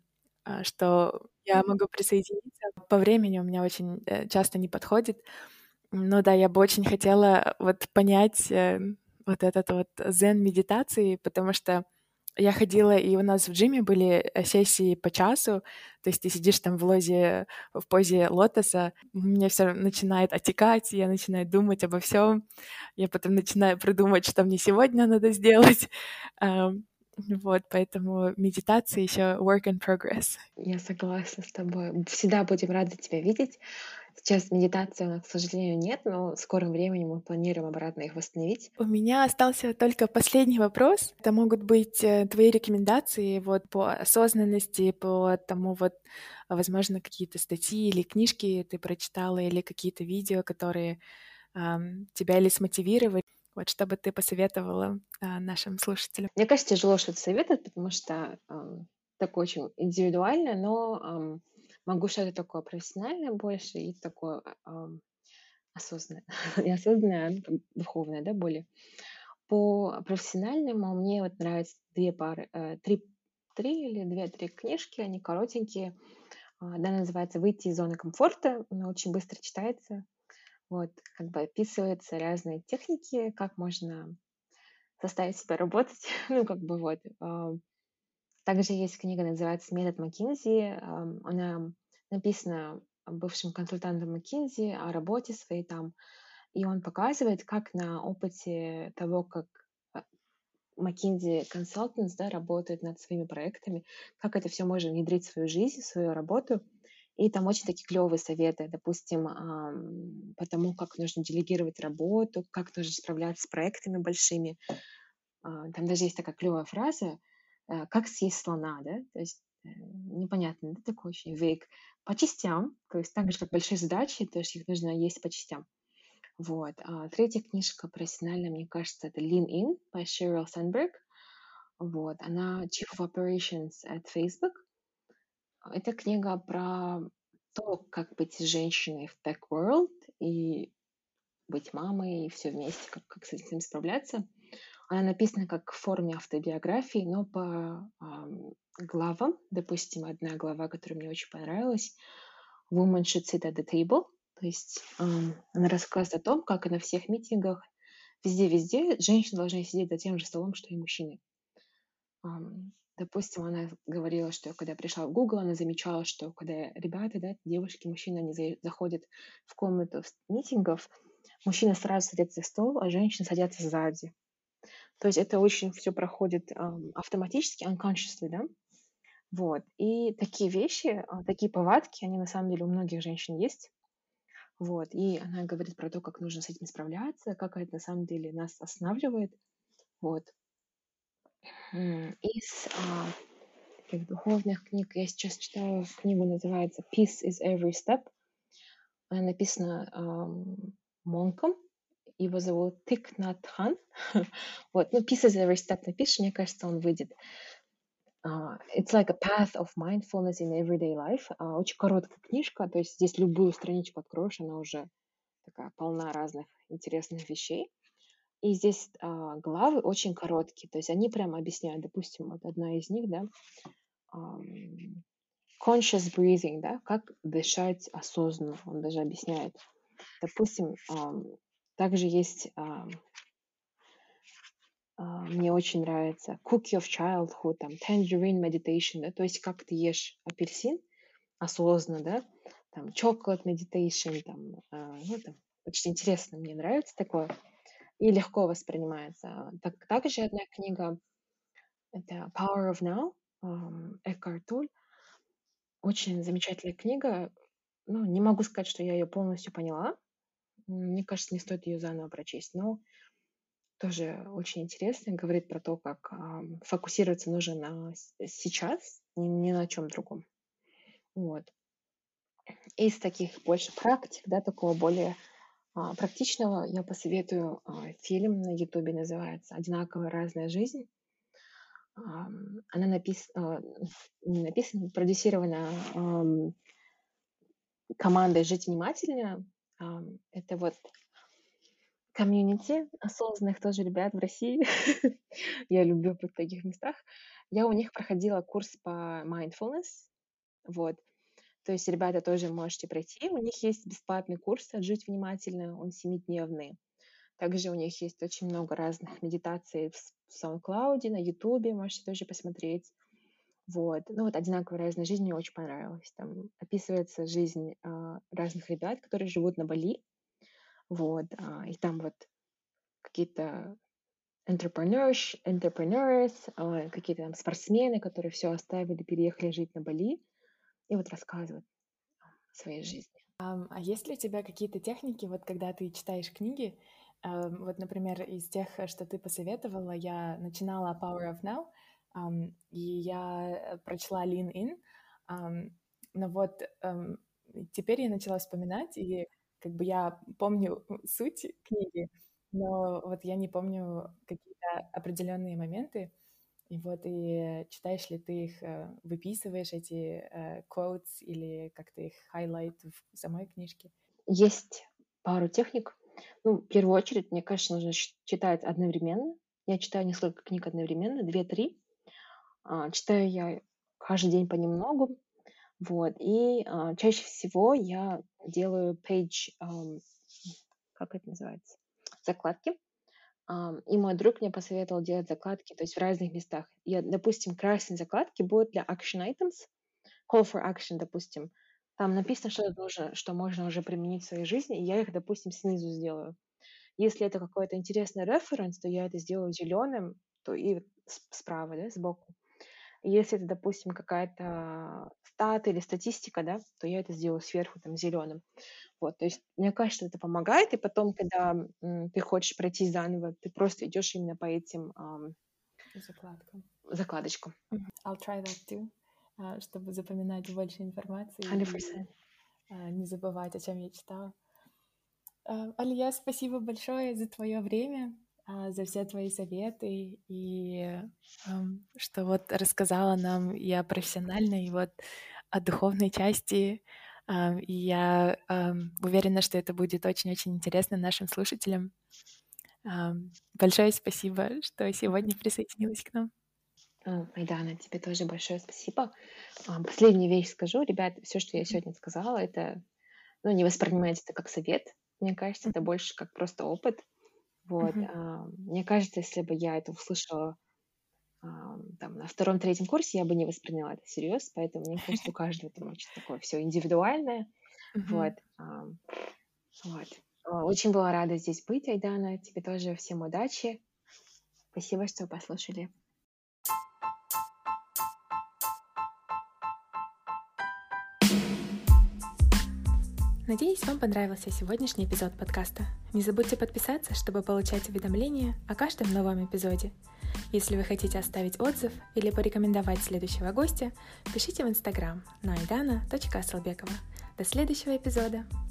что я могу присоединиться. По времени у меня очень часто не подходит. Ну да, я бы очень хотела вот понять вот этот вот дзен медитации, потому что я ходила, и у нас в джиме были сессии по часу, то есть ты сидишь там в позе лотоса, мне все начинает отекать, я начинаю думать обо всем, я потом начинаю продумать, что мне сегодня надо сделать. Ам, Вот, поэтому медитация еще work in progress. Я согласна с тобой. Всегда будем рады тебя видеть. Сейчас медитации у нас, к сожалению, нет, но в скором времени мы планируем обратно их восстановить. У меня остался только последний вопрос. Это могут быть твои рекомендации вот по осознанности, по тому вот, возможно, какие-то статьи или книжки ты прочитала, или какие-то видео, которые тебя или смотивировали. Вот что бы ты посоветовала нашим слушателям? Мне кажется, тяжело что-то советовать, потому что такое очень индивидуально, но могу что-то такое профессиональное больше и такое осознанное. Неосознанное, оно как духовное, да, более. По профессиональному мне вот нравятся две пары, три или две-три книжки, они коротенькие. Одна называется «Выйти из зоны комфорта», она очень быстро читается. Вот, как бы описываются разные техники, как можно заставить себя работать. Ну, как бы вот. Также есть книга, называется «Метод Маккинзи». Она написана бывшим консультантом Маккинзи о работе своей там. И он показывает, как на опыте того, как а, McKinsey Consultants, да, работают над своими проектами, как это все можно внедрить в свою жизнь, в свою работу. И там очень такие клевые советы, допустим, по тому, как нужно делегировать работу, как нужно справляться с проектами большими. Там даже есть такая клевая фраза, как съесть слона, да, то есть непонятно, да, такой очень vague. По частям, то есть так же, как большие задачи, то есть их нужно есть по частям. Вот. Третья книжка профессиональная, мне кажется, это Lean In by Sheryl Sandberg. Вот. Она Chief of Operations at Facebook. Это книга про то, как быть женщиной в tech world и быть мамой, и все вместе, как с этим справляться. Она написана как в форме автобиографии, но по главам. Допустим, одна глава, которая мне очень понравилась, Woman should sit at the table. То есть она рассказывает о том, как и на всех митингах, везде-везде женщины должны сидеть за тем же столом, что и мужчины. Допустим, она говорила, что когда пришла в Google, она замечала, что когда ребята, да, девушки, мужчины, они заходят в комнату митингов, мужчины сразу садятся за стол, а женщины садятся сзади. То есть это очень все проходит автоматически, unconsciously, да. Вот. И такие вещи, такие повадки, они на самом деле у многих женщин есть. Вот. И она говорит про то, как нужно с этим справляться, как это на самом деле нас останавливает. Вот. Из таких духовных книг я сейчас читаю книгу, называется «Peace is every step». Она написана монком. Его зовут Тик Нат Хан. Вот. Ну, «Peace is every step» напишешь, мне кажется, он выйдет. It's like a path of mindfulness in everyday life. Очень короткая книжка, то есть здесь любую страничку откроешь, она уже такая полна разных интересных вещей. И здесь главы очень короткие, то есть они прямо объясняют, допустим, вот одна из них, да, ам, conscious breathing, да, как дышать осознанно, он даже объясняет. Допустим, также есть, мне очень нравится Cookie of Childhood, там, Tangerine Meditation, да, то есть как ты ешь апельсин осознанно, да, там, Chocolate Meditation, там, ну, там, очень интересно, мне нравится такое и легко воспринимается. Также одна книга, это Power of Now, Эккарт Толль. Очень замечательная книга. Ну, не могу сказать, что я ее полностью поняла. Мне кажется, не стоит ее заново прочесть, но тоже очень интересно. Говорит про то, как фокусироваться нужно на сейчас, ни на чем другом. Вот. Из таких больше практик, да, такого более практичного, я посоветую фильм на Ютубе, называется «Одинаковая разная жизнь». Она не написана, продюсирована командой «Жить внимательно». Это вот комьюнити осознанных тоже ребят в России. Я люблю быть в таких местах. Я у них проходила курс по mindfulness. Вот. То есть ребята тоже можете пройти. У них есть бесплатный курс «Жить внимательно», он 7-дневный. Также у них есть очень много разных медитаций в SoundCloud, на Ютубе, можете тоже посмотреть. Вот. Ну вот «Одинаковая разная жизнь» мне очень понравилась. Там описывается жизнь разных ребят, которые живут на Бали. Вот. И там вот какие-то entrepreneurs, какие-то там спортсмены, которые все оставили, переехали жить на Бали. И вот рассказывают о своей жизни. А есть ли у тебя какие-то техники, вот когда ты читаешь книги, вот, например, из тех, что ты посоветовала, я начинала Power of Now, и я прочла Lean In, но вот теперь я начала вспоминать, и как бы я помню суть книги, но вот я не помню какие-то определенные моменты. И вот, и читаешь ли ты их, выписываешь эти quotes или как-то их highlight в самой книжке? Есть пару техник. Ну, в первую очередь, мне кажется, нужно читать одновременно. Я читаю несколько книг одновременно, 2-3. Читаю я каждый день понемногу. Вот. И чаще всего я делаю как это называется? Закладки. И мой друг мне посоветовал делать закладки, то есть в разных местах. Я, допустим, красные закладки будут для action items, call for action, допустим. Там написано, что нужно, что можно уже применить в своей жизни, и я их, допустим, снизу сделаю. Если это какой-то интересный референс, то я это сделаю зеленым, то и справа, да, сбоку. Если это, допустим, какая-то стата или статистика, да, то я это сделаю сверху, там, зеленым. Вот, то есть мне кажется, это помогает, и потом, когда ты хочешь пройти заново, ты просто идешь именно по этим Закладка. закладочкам. I'll try that too, чтобы запоминать больше информации 100%. и не забывать, о чем я читала. Алия, спасибо большое за твое время, за все твои советы и что вот рассказала нам и о профессиональной, и вот о духовной части. И я уверена, что это будет очень-очень интересно нашим слушателям. Большое спасибо, что сегодня присоединилась к нам. Айдана, тебе тоже большое спасибо. Последнюю вещь скажу. Ребят, все, что я сегодня сказала, это, ну, не воспринимайте это как совет. Мне кажется, это больше как просто опыт. Вот. Мне кажется, если бы я это услышала там, на 2-3 курсе, я бы не восприняла это всерьез, поэтому мне кажется, у каждого там очень такое все индивидуальное. Вот. Вот. Очень была рада здесь быть, Айдана. Тебе тоже всем удачи. Спасибо, что послушали. Надеюсь, вам понравился сегодняшний эпизод подкаста. Не забудьте подписаться, чтобы получать уведомления о каждом новом эпизоде. Если вы хотите оставить отзыв или порекомендовать следующего гостя, пишите в Instagram на aidana.asselbekova. До следующего эпизода!